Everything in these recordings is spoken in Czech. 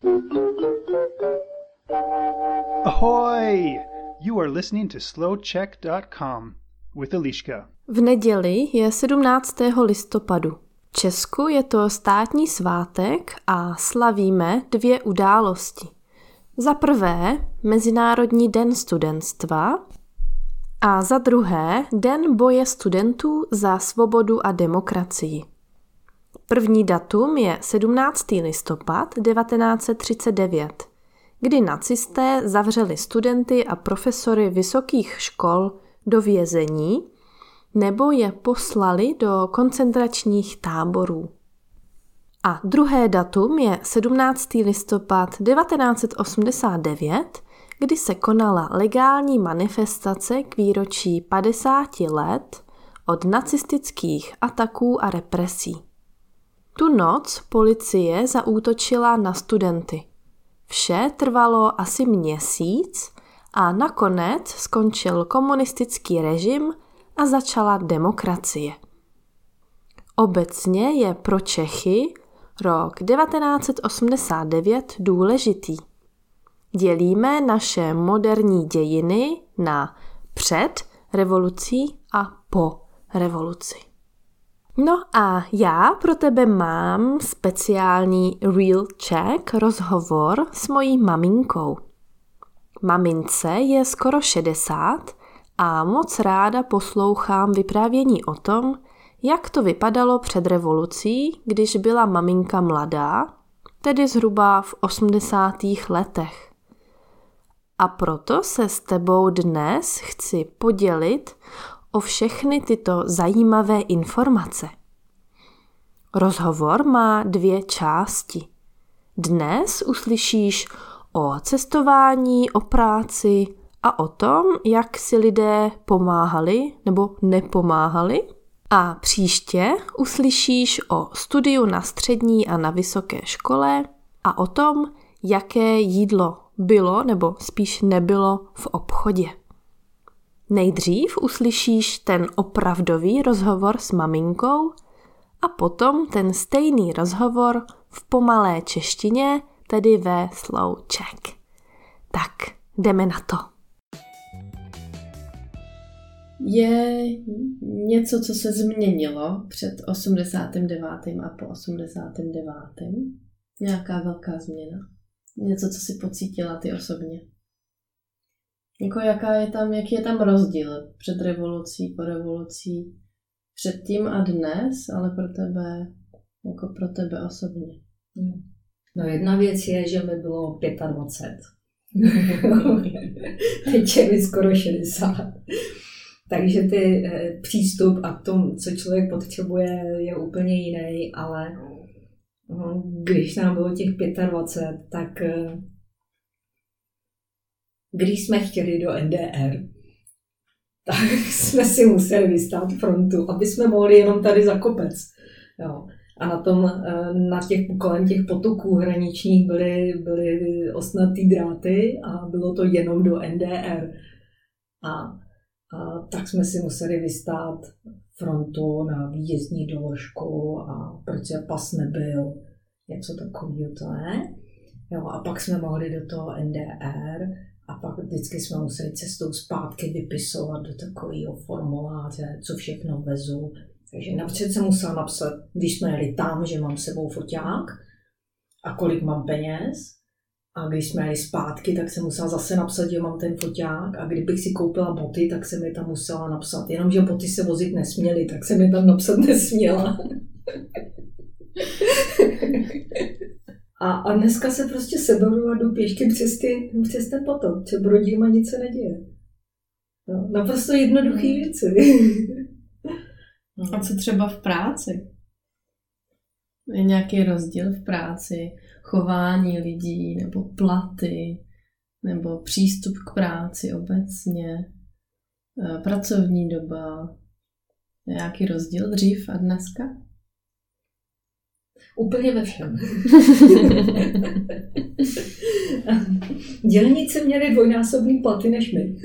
Ahoy! You are listening to slowcheck.com with Eliška. V neděli je 17. listopadu. V Česku je to státní svátek a slavíme 2 události. Za prvé Mezinárodní den studentstva a za druhé Den boje studentů za svobodu a demokracii. První datum je 17. listopad 1939, kdy nacisté zavřeli studenty a profesory vysokých škol do vězení nebo je poslali do koncentračních táborů. A druhé datum je 17. listopad 1989, kdy se konala legální manifestace k výročí 50 let od nacistických ataků a represí. Tu noc policie zaútočila na studenty. Vše trvalo asi měsíc a nakonec skončil komunistický režim a začala demokracie. Obecně je pro Čechy rok 1989 důležitý. Dělíme naše moderní dějiny na před revolucí a po revoluci. No a já pro tebe mám speciální Real Check rozhovor s mojí maminkou. Mamince je skoro 60 a moc ráda poslouchám vyprávění o tom, jak to vypadalo před revolucí, když byla maminka mladá, tedy zhruba v 80. letech. A proto se s tebou dnes chci podělit o všechny tyto zajímavé informace. Rozhovor má 2 části. Dnes uslyšíš o cestování, o práci a o tom, jak si lidé pomáhali nebo nepomáhali. A příště uslyšíš o studiu na střední a na vysoké škole a o tom, jaké jídlo bylo nebo spíš nebylo v obchodě. Nejdřív uslyšíš ten opravdový rozhovor s maminkou a potom ten stejný rozhovor v pomalé češtině, tedy ve slow check. Tak, jdeme na to. Je něco, co se změnilo před 89. a po 89. Nějaká velká změna? Něco, co si pocítila ty osobně? Jako jaký je tam rozdíl před revolucí, po revolucí, předtím a dnes, ale pro tebe osobně? No jedna věc je, že mi bylo 25. Teď je mi skoro 60. Takže ty přístup a tom, co člověk potřebuje, je úplně jiný, ale když nám bylo těch 25, tak když jsme chtěli do NDR, tak jsme si museli vystát frontu, aby jsme mohli jenom tady za kopec. Jo. A kolem těch potoků hraničních byly ostnatý dráty a bylo to jenom do NDR. A tak jsme si museli vystát frontu na výjezdní doložku a protože pas nebyl, něco takového to ne. Jo, a pak jsme mohli do toho NDR a pak vždycky jsme museli cestou zpátky vypisovat do takového formuláře, co všechno vezu. Takže napřed jsem musela napsat, když jsme jeli tam, že mám s sebou foťák a kolik mám peněz. A když jsme jeli zpátky, tak jsem musela zase napsat, že mám ten foťák. A kdybych si koupila boty, tak jsem je tam musela napsat. Jenomže boty se vozit nesměly, tak jsem je tam napsat nesměla. A dneska se prostě seberu a jdu pěšky přes ten potok. Před Brodím a nic se neděje. No, naprosto jednoduché věci. A co třeba v práci? Je nějaký rozdíl v práci, chování lidí, nebo platy, nebo přístup k práci obecně, pracovní doba? Je nějaký rozdíl dřív a dneska? Úplně ve všem. Dělníci měli dvojnásobný platy než my.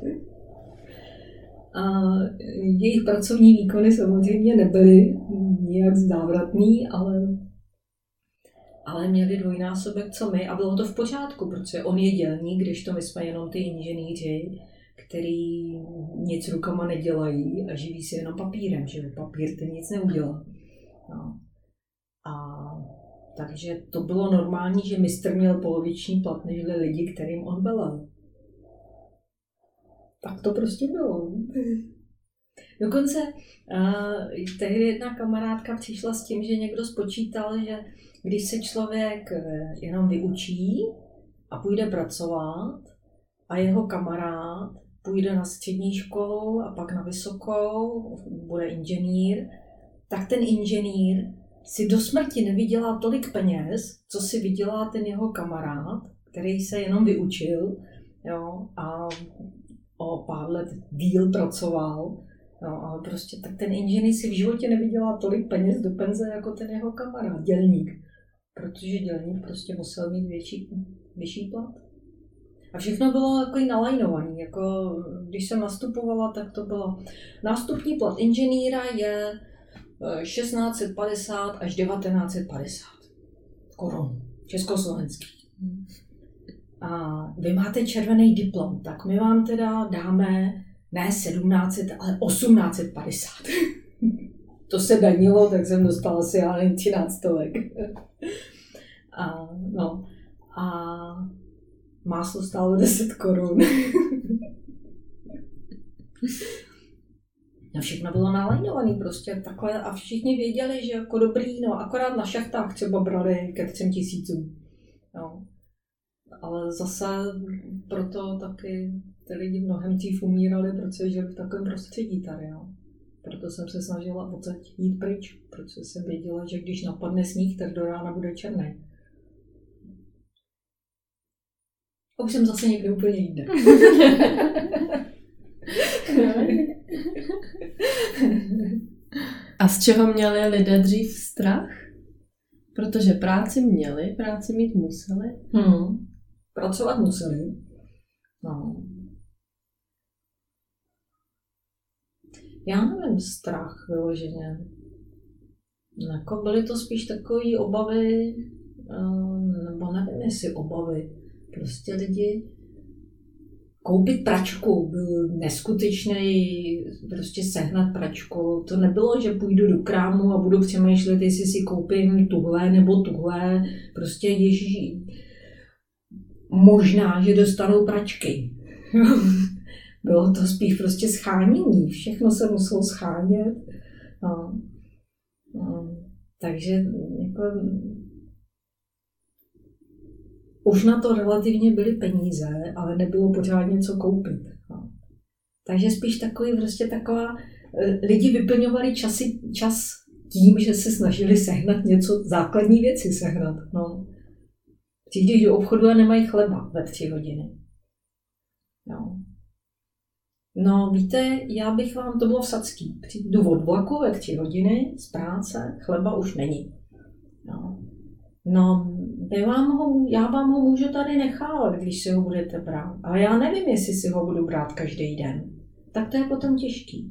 A jejich pracovní výkony samozřejmě nebyly nijak závratný, ale ale měli dvojnásobek co my a bylo to v pořádku, protože on je dělník, když to my jsme jenom ty inženýři, který nic rukama nedělají a živí se jenom papírem, že papír ten nic neudělá. No. A takže to bylo normální, že mistr měl poloviční plat než lidi, kterým on velel. Tak to prostě bylo. Dokonce tehdy jedna kamarádka přišla s tím, že někdo spočítal, že když se člověk jenom vyučí a půjde pracovat a jeho kamarád půjde na střední školu a pak na vysokou, bude inženýr, tak ten inženýr si do smrti nevydělá tolik peněz, co si vydělá ten jeho kamarád, který se jenom vyučil, jo, a o pár let díl pracoval. No, ale prostě tak ten inženýr si v životě nevydělá tolik peněz do penze jako ten jeho kamarád, dělník. Protože dělník prostě musel mít vyšší plat. A všechno bylo jako i nalajnované. Jako, když jsem nastupovala, tak to bylo nástupní plat inženýra je 1650 až 1950 korun československý. A vy máte červený diplom, tak my vám teda dáme ne 1700, ale 1850. To se danilo, tak jsem dostala asi já jen 13 stovek. A máslo stálo 10 korun. No všechno bylo nalajnované prostě takhle a všichni věděli, že jako dobrý, no akorát na šachtách třeba brali ke 3000. No. Ale zase proto taky ty lidi mnohem dřív umírali, protože žili v takovém prostředí tady. No. Proto jsem se snažila odsaď jít pryč, protože jsem věděla, že když napadne sníh, tak do rána bude černý. Už jsem zase někde úplně jinde. A z čeho měli lidé dřív strach? Protože práci měli, práci mít museli. Pracovat museli. No. Já nevím, strach vyloženě. Jako byly to spíš takové obavy, nebo nevím, jestli obavy. Prostě lidi koupit pračku byl neskutečný, prostě sehnat pračku. To nebylo, že půjdu do krámu a budu přemýšlet, jestli si koupím tuhle nebo tuhle. Prostě ježí. Možná, že dostanou pračky. Bylo to spíš prostě schánění. Všechno se muselo schánět. No. Takže jako, už na to relativně byly peníze, ale nebylo pořádně co koupit. No. Takže spíš takový, prostě taková, lidi vyplňovali čas tím, že se snažili sehnat něco, základní věci sehnat. No. Přijdeš do obchodu a nemají chleba ve 3 hodiny. No víte, já bych vám, to bylo v Sadský, přijdu od vlaku ve 3 hodiny z práce, chleba už není. No já vám ho můžu tady nechávat, když si ho budete brát. Ale já nevím, jestli si ho budu brát každý den. Tak to je potom těžký.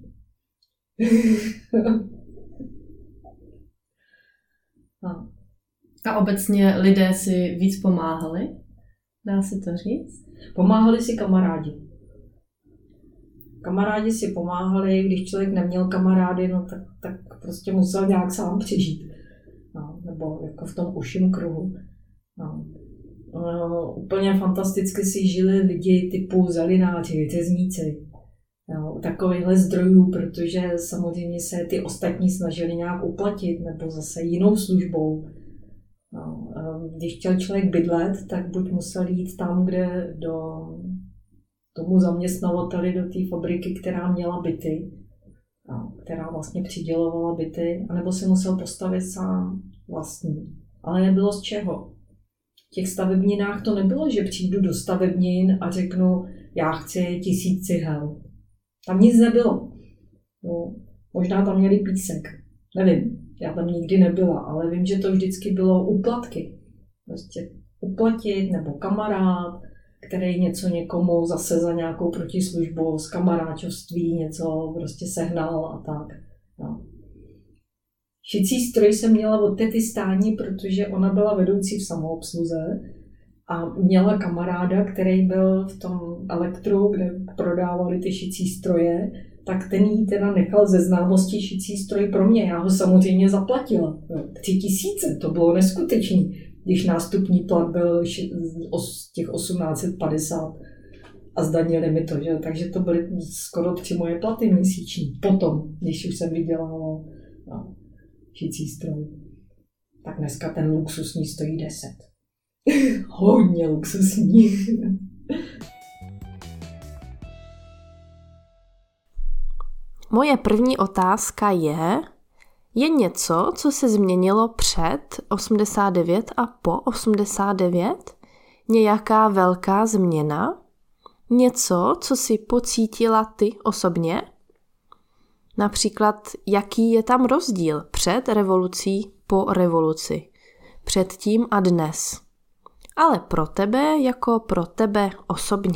No. A obecně lidé si víc pomáhali? Dá se to říct? Pomáhali si kamarádi. Kamarádi si pomáhali, když člověk neměl kamarády, no tak prostě musel nějak sám přežít. No, nebo jako v tom užším kruhu. No. Úplně fantasticky si žili lidi typu zelináři, řezníci. U takovýchhle zdrojů, protože samozřejmě se ty ostatní snažili nějak uplatit nebo zase jinou službou. No, když chtěl člověk bydlet, tak buď musel jít tam, kde do tomu zaměstnavateli, do té fabriky, která měla byty, která vlastně přidělovala byty, anebo si musel postavit sám vlastní. Ale nebylo z čeho. V těch stavebninách to nebylo, že přijdu do stavebnin a řeknu, já chci 1000 cihel. Tam nic nebylo. No, možná tam měli písek. Nevím, já tam nikdy nebyla, ale vím, že to vždycky bylo úplatky. Prostě uplatit nebo kamarád, který něco někomu zase za nějakou protislužbu z kamaráčovství něco prostě sehnal a tak. No. Šicí stroj jsem měla od tety Stání, protože ona byla vedoucí v samoobsluze a měla kamaráda, který byl v tom elektru, kde prodávali ty šicí stroje, tak ten jí teda nechal ze známosti šicí stroj pro mě. Já ho samozřejmě zaplatila. 3000, to bylo neskutečný, když nástupní plat byl těch 1850 a zdanili mi to, že? Takže to byly skoro 3 moje platy měsíční. Potom, když už jsem vydělávala šicí stroj. Tak dneska ten luxusní stojí 10. Hodně luxusní. Moje první otázka je něco, co se změnilo před 89 a po 89? Nějaká velká změna? Něco, co si pocítila ty osobně? Například, jaký je tam rozdíl před revolucí, po revoluci, předtím a dnes? Ale pro tebe jako pro tebe osobně.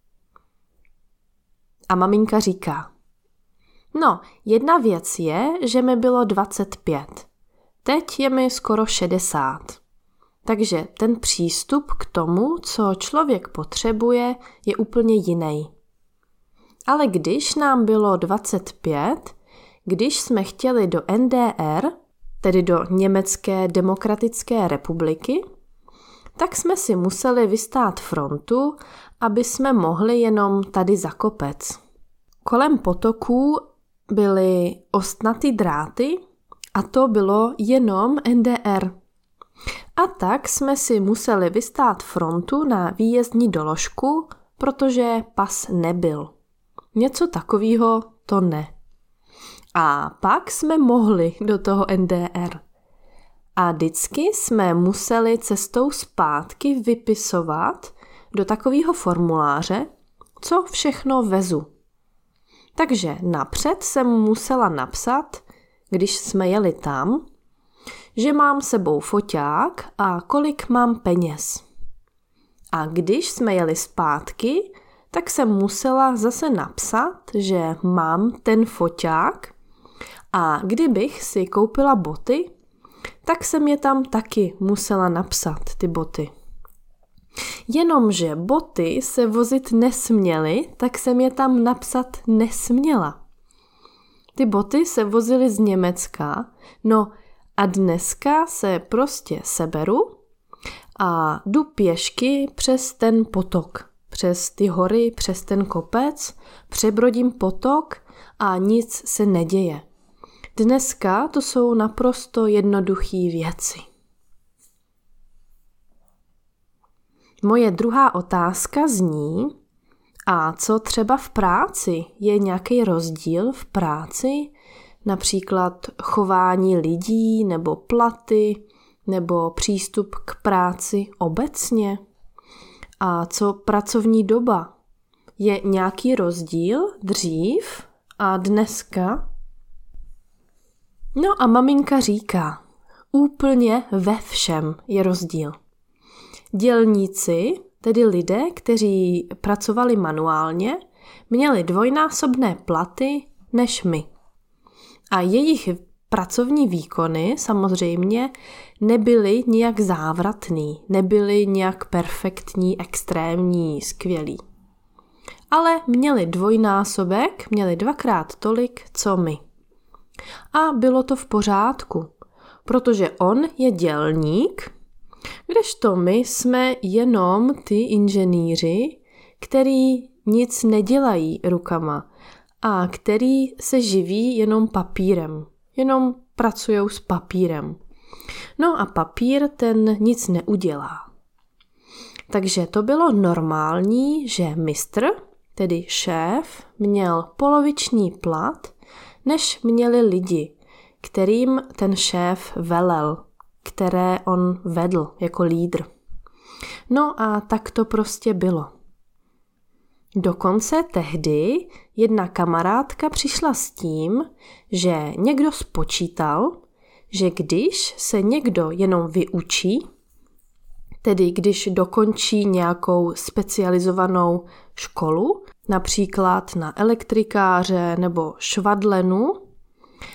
A maminka říká, no, jedna věc je, že mi bylo 25. Teď je mi skoro 60. Takže ten přístup k tomu, co člověk potřebuje, je úplně jiný. Ale když nám bylo 25, když jsme chtěli do NDR, tedy do Německé demokratické republiky, tak jsme si museli vystát frontu, aby jsme mohli jenom tady za kopec. Kolem potoků byly ostnaté dráty a to bylo jenom NDR. A tak jsme si museli vystát frontu na výjezdní doložku, protože pas nebyl. Něco takového to ne. A pak jsme mohli do toho NDR. A vždycky jsme museli cestou zpátky vypisovat do takového formuláře, co všechno vezu. Takže napřed jsem musela napsat, když jsme jeli tam, že mám sebou foťák a kolik mám peněz. A když jsme jeli zpátky, tak jsem musela zase napsat, že mám ten foťák a kdybych si koupila boty, tak jsem je tam taky musela napsat, ty boty. Jenomže boty se vozit nesměly, tak jsem je tam napsat nesměla. Ty boty se vozily z Německa, no a dneska se prostě seberu a jdu pěšky přes ten potok, přes ty hory, přes ten kopec, přebrodím potok a nic se neděje. Dneska to jsou naprosto jednoduché věci. Moje druhá otázka zní, a co třeba v práci? Je nějaký rozdíl v práci? Například chování lidí nebo platy nebo přístup k práci obecně? A co pracovní doba? Je nějaký rozdíl dřív a dneska? No a maminka říká, úplně ve všem je rozdíl. Dělníci, tedy lidé, kteří pracovali manuálně, měli dvojnásobné platy než my. A jejich pracovní výkony samozřejmě nebyly nijak závratný, nebyly nijak perfektní, extrémní, skvělý. Ale měli dvojnásobek, měli 2x tolik, co my. A bylo to v pořádku, protože on je dělník, kdežto my jsme jenom ty inženýři, který nic nedělají rukama a který se živí jenom papírem, jenom pracujou s papírem. No a papír ten nic neudělá. Takže to bylo normální, že mistr, tedy šéf, měl poloviční plat, než měli lidi, kterým ten šéf velel, které on vedl jako lídr. No a tak to prostě bylo. Dokonce tehdy jedna kamarádka přišla s tím, že někdo spočítal, že když se někdo jenom vyučí, tedy když dokončí nějakou specializovanou školu, například na elektrikáře nebo švadlenu,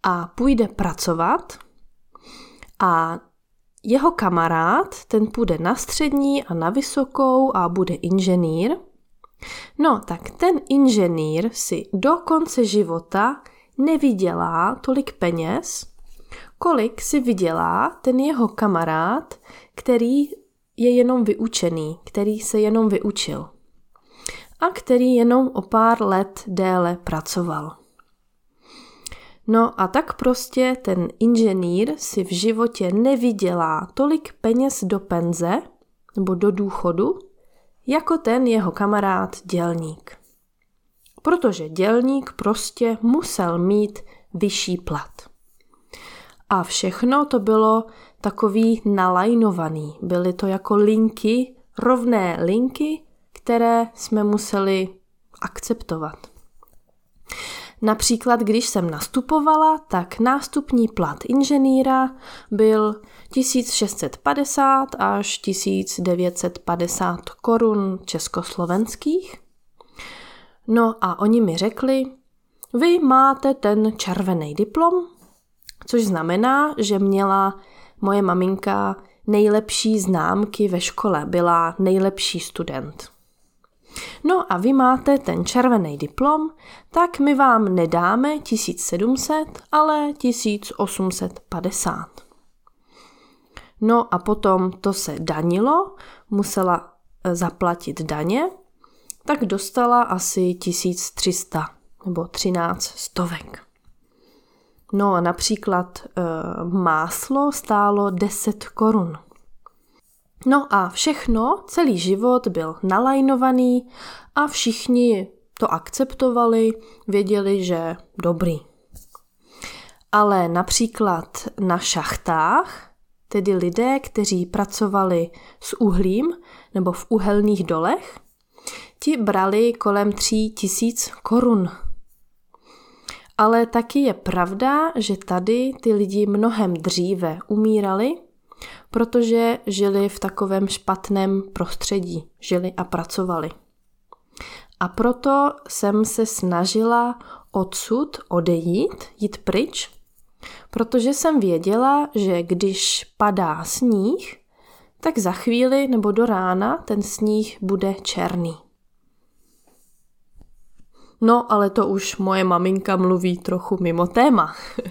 a půjde pracovat a jeho kamarád, ten půjde na střední a na vysokou a bude inženýr. No, tak ten inženýr si do konce života nevydělá tolik peněz, kolik si vydělá ten jeho kamarád, který je jenom vyučený, který se jenom vyučil a který jenom o pár let déle pracoval. No a tak prostě ten inženýr si v životě nevydělá tolik peněz do penze nebo do důchodu, jako ten jeho kamarád dělník. Protože dělník prostě musel mít vyšší plat. A všechno to bylo takový nalajnovaný. Byly to jako linky, rovné linky, které jsme museli akceptovat. Například, když jsem nastupovala, tak nástupní plat inženýra byl 1650 až 1950 korun československých. No a oni mi řekli, vy máte ten červený diplom, což znamená, že měla moje maminka nejlepší známky ve škole, byla nejlepší student. No a vy máte ten červený diplom, tak my vám nedáme 1700, ale 1850. No a potom to se danilo, musela zaplatit daně, tak dostala asi 1300 nebo 13 stovek. No a například máslo stálo 10 korun. No a všechno, celý život byl nalajnovaný a všichni to akceptovali, věděli, že dobrý. Ale například na šachtách, tedy lidé, kteří pracovali s uhlím nebo v uhelných dolech, ti brali kolem 3000 korun. Ale taky je pravda, že tady ty lidi mnohem dříve umírali, protože žili v takovém špatném prostředí, žili a pracovali. A proto jsem se snažila odsud odejít, jít pryč, protože jsem věděla, že když padá sníh, tak za chvíli nebo do rána ten sníh bude černý. No, ale to už moje maminka mluví trochu mimo téma.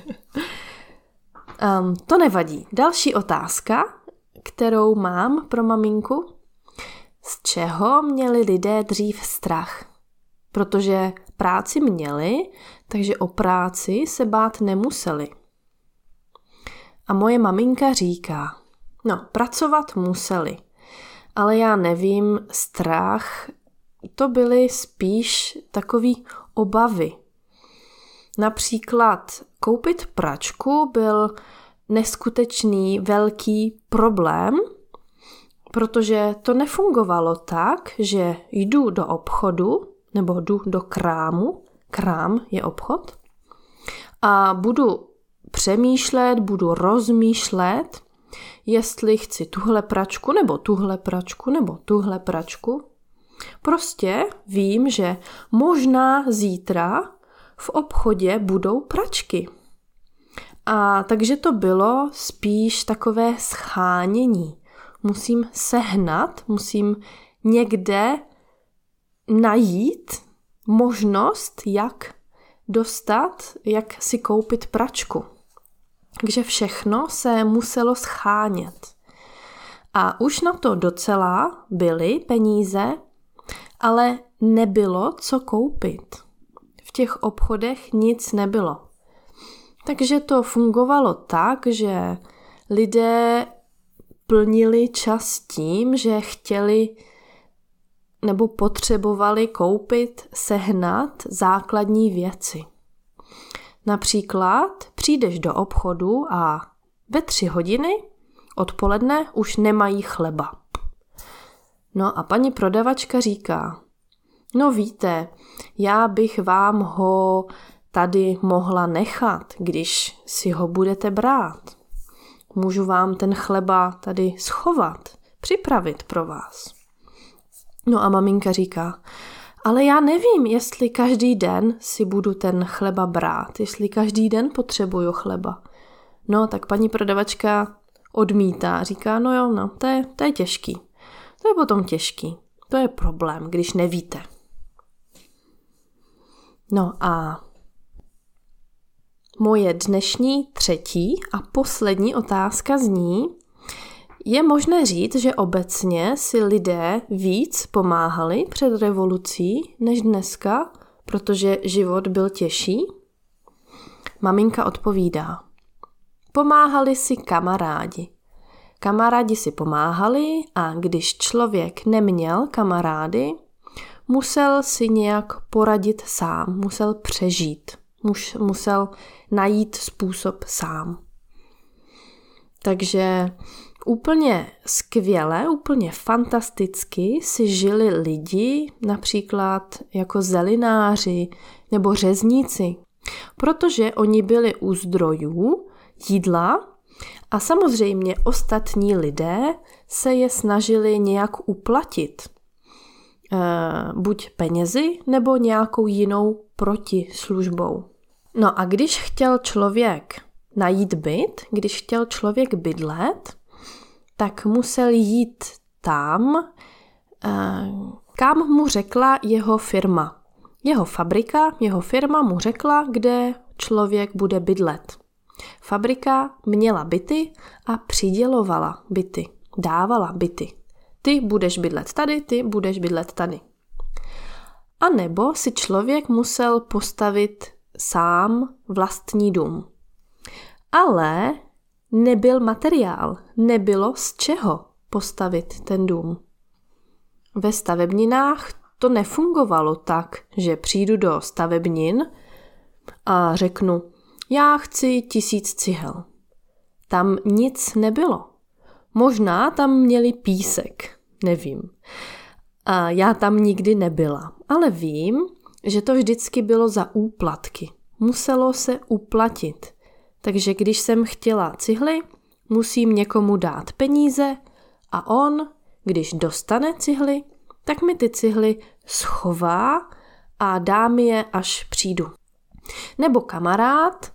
To nevadí. Další otázka, kterou mám pro maminku. Z čeho měli lidé dřív strach? Protože práci měli, takže o práci se bát nemuseli. A moje maminka říká, no, pracovat museli, ale já nevím, strach, to byly spíš takový obavy. Například koupit pračku byl neskutečný velký problém, protože to nefungovalo tak, že jdu do obchodu nebo jdu do krámu, krám je obchod, a budu přemýšlet, budu rozmýšlet, jestli chci tuhle pračku nebo tuhle pračku nebo tuhle pračku. Prostě vím, že možná zítra v obchodě budou pračky. A takže to bylo spíš takové shánění. Musím sehnat, musím někde najít možnost, jak dostat, jak si koupit pračku. Takže všechno se muselo schánět. A už na to docela byly peníze, ale nebylo co koupit. V těch obchodech nic nebylo. Takže to fungovalo tak, že lidé plnili čas tím, že chtěli nebo potřebovali koupit, sehnat základní věci. Například přijdeš do obchodu a ve 3 hodiny odpoledne už nemají chleba. No a paní prodavačka říká, no víte, já bych vám ho tady mohla nechat, když si ho budete brát. Můžu vám ten chleba tady schovat, připravit pro vás. No a maminka říká, ale já nevím, jestli každý den si budu ten chleba brát, jestli každý den potřebuju chleba. No, tak paní prodavačka odmítá, říká, no jo, no, to je těžký. To je potom těžký. To je problém, když nevíte. No a moje dnešní třetí a poslední otázka zní, je možné říct, že obecně si lidé víc pomáhali před revolucí než dneska, protože život byl těžší? Maminka odpovídá, pomáhali si kamarádi. Kamarádi si pomáhali a když člověk neměl kamarády, musel si nějak poradit sám, musel přežít, musel najít způsob sám. Takže úplně skvěle, úplně fantasticky si žili lidi, například jako zelináři nebo řezníci, protože oni byli u zdrojů jídla a samozřejmě ostatní lidé se je snažili nějak uplatit. Buď penězi nebo nějakou jinou protislužbou. No a když chtěl člověk najít byt, když chtěl člověk bydlet, tak musel jít tam, kam mu řekla jeho firma. Jeho firma mu řekla, kde člověk bude bydlet. Fabrika měla byty a přidělovala byty, dávala byty. Ty budeš bydlet tady, ty budeš bydlet tady. A nebo si člověk musel postavit sám vlastní dům. Ale nebyl materiál, nebylo z čeho postavit ten dům. Ve stavebninách to nefungovalo tak, že přijdu do stavebnin a řeknu, já chci 1000 cihel. Tam nic nebylo. Možná tam měli písek, nevím. A já tam nikdy nebyla, ale vím, že to vždycky bylo za úplatky. Muselo se uplatit. Takže když jsem chtěla cihly, musím někomu dát peníze a on, když dostane cihly, tak mi ty cihly schová a dá mi je, až přijdu. Nebo kamarád,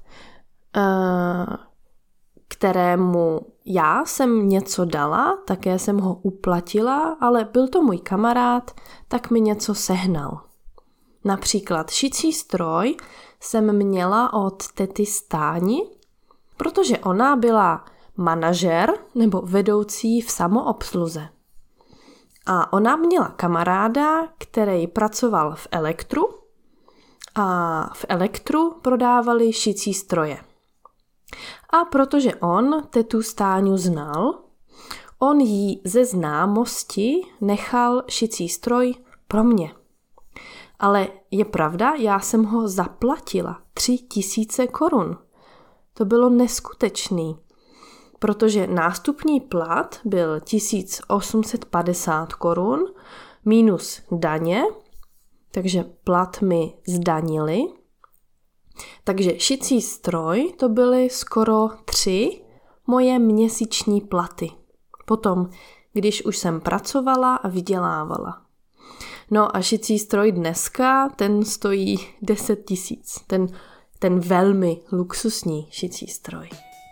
kterému já jsem něco dala, také jsem ho uplatila, ale byl to můj kamarád, tak mi něco sehnal. Například šicí stroj jsem měla od tety Stáni, protože ona byla manažer nebo vedoucí v samoobsluze. A ona měla kamaráda, který pracoval v Elektru a v Elektru prodávali šicí stroje. A protože on tetu Stáňu znal, on jí ze známosti nechal šicí stroj pro mě. Ale je pravda, já jsem ho zaplatila 3000 korun. To bylo neskutečný, protože nástupní plat byl 1850 korun minus daně, takže plat mi zdanili. Takže šicí stroj to byly skoro 3 moje měsíční platy. Potom, když už jsem pracovala a vydělávala. No a šicí stroj dneska, ten stojí 10 000. Ten velmi luxusní šicí stroj.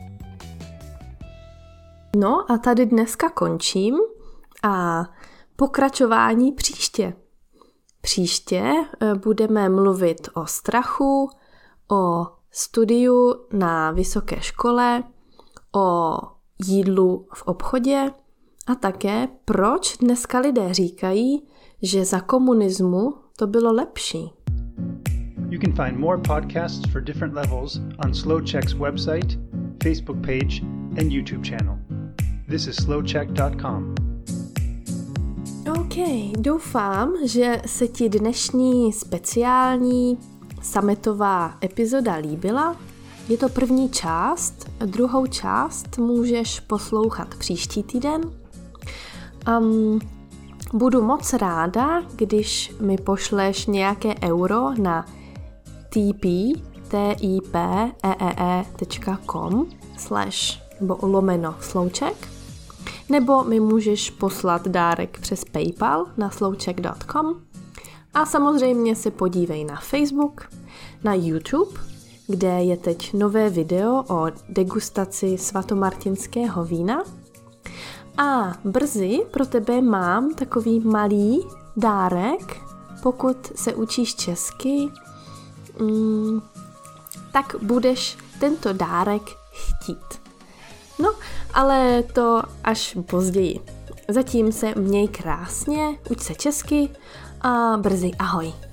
No a tady dneska končím a pokračování příště. Příště budeme mluvit o strachu, o studiu na vysoké škole, o jídlu v obchodě a také proč dneska lidé říkají, že za komunismu to bylo lepší. You can find more podcasts for different levels on SlowCheck's website, Facebook page, and YouTube channel. This is slowcheck.com. OK, doufám, že se ti dnešní speciální summitová epizoda líbila. Je to první část, druhou část můžeš poslouchat příští týden. Budu moc ráda, když mi pošleš nějaké euro na tipeee.com/slowcheck, nebo mi můžeš poslat dárek přes PayPal na slowcheck.com, A samozřejmě se podívej na Facebook, na YouTube, kde je teď nové video o degustaci svatomartinského vína. A brzy pro tebe mám takový malý dárek, pokud se učíš česky, tak budeš tento dárek chtít. No, ale to až později. Zatím se měj krásně, uč se česky a brzy ahoj.